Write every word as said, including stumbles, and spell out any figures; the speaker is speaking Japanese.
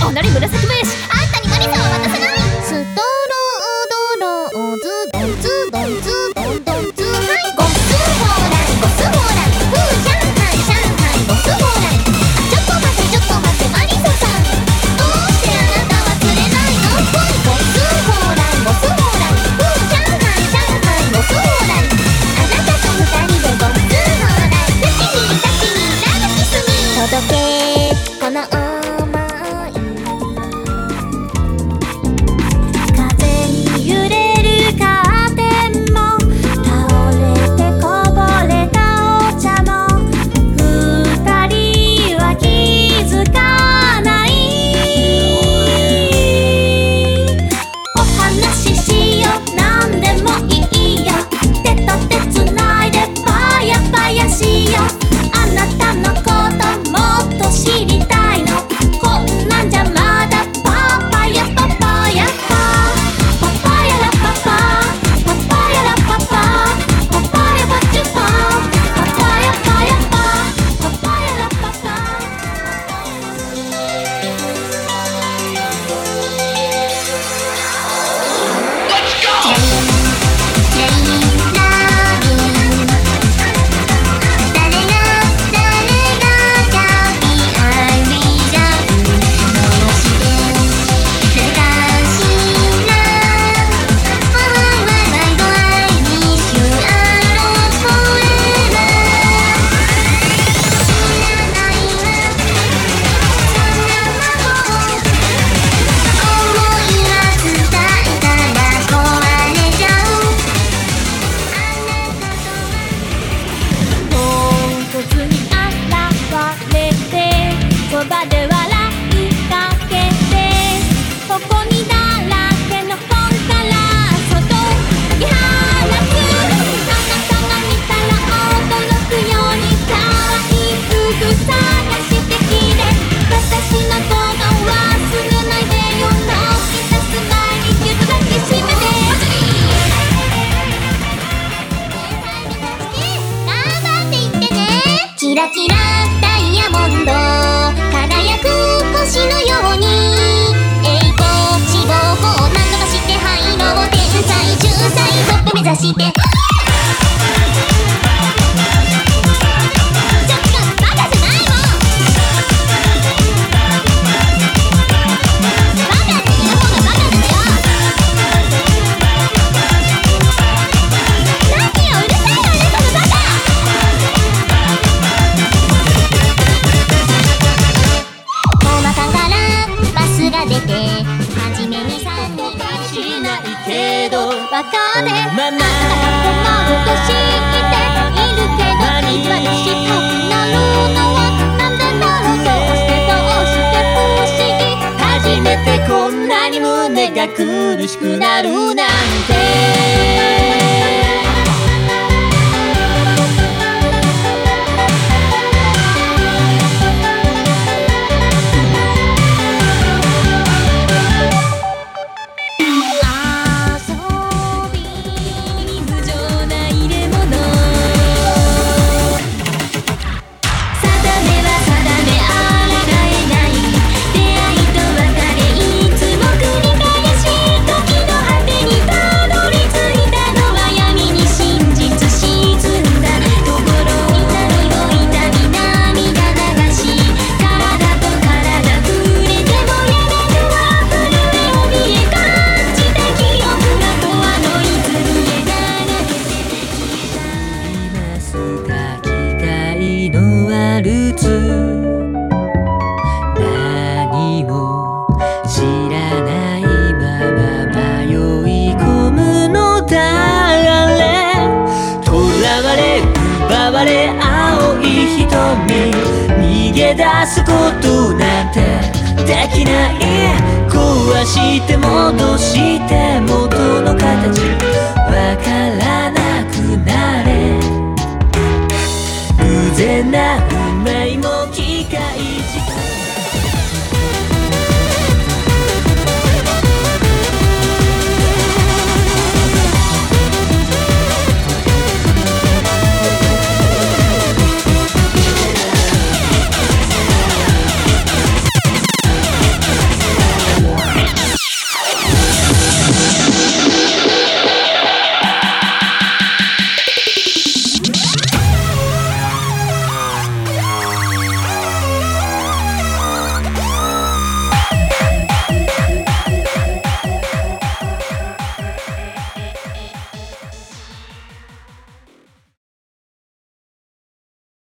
隣紫林、あんたにマリサは渡さない。 ストロードローズドンツドンツドンドンツ、はい、ゴスホーランゴスホーラン、フー上海上海ゴスホーラン。ちょっと待ってちょっと待ってマリサさん、どうしてあなた忘れないの。ほい、ゴスホーランゴスホーラン、フー上海上海ゴスホーラン。あなたと二人でゴスホーラン、タチにタチにラブキスに届けこの想い。風に揺れるカーテンも倒れてこぼれたお茶も二人は気づかない。お話ししよう、なんでもいいよ、手と手つないでパヤパヤしよう。あなたのこともっと知りたいの、こんなんじゃまだパパヤパパヤパパパヤラパパパパヤラパパパパヤパチュパパパヤパヤパパパヤラパパ。そばで笑いかけて、ここにだらけの本から外解き放つ。あなたが見たら驚くように可愛い服探してきて、私のこと忘れないでよ、泣き出す前にギュッと抱きしめて。頑張っていってね。キラキラダイヤモンド輝く星のように、栄光志望校なんとかして入ろう、天才じゅっさいトップ目指して。ちょっとバカじゃないもん、バカって言う方がバカだよ。何ようるさいわねそのバカ。おまさんからバスが出て、はじめにさんにんしないけどバカであんたが困ると知っているけど、意地悪したくなるのはなんでだろう。どうしてどうして不思議、初めてこんなに胸が苦しくなるなんて。何も知らないまま迷い込むのだれ、囚われ奪われ青い瞳、逃げ出すことなんてできない。壊して戻して戻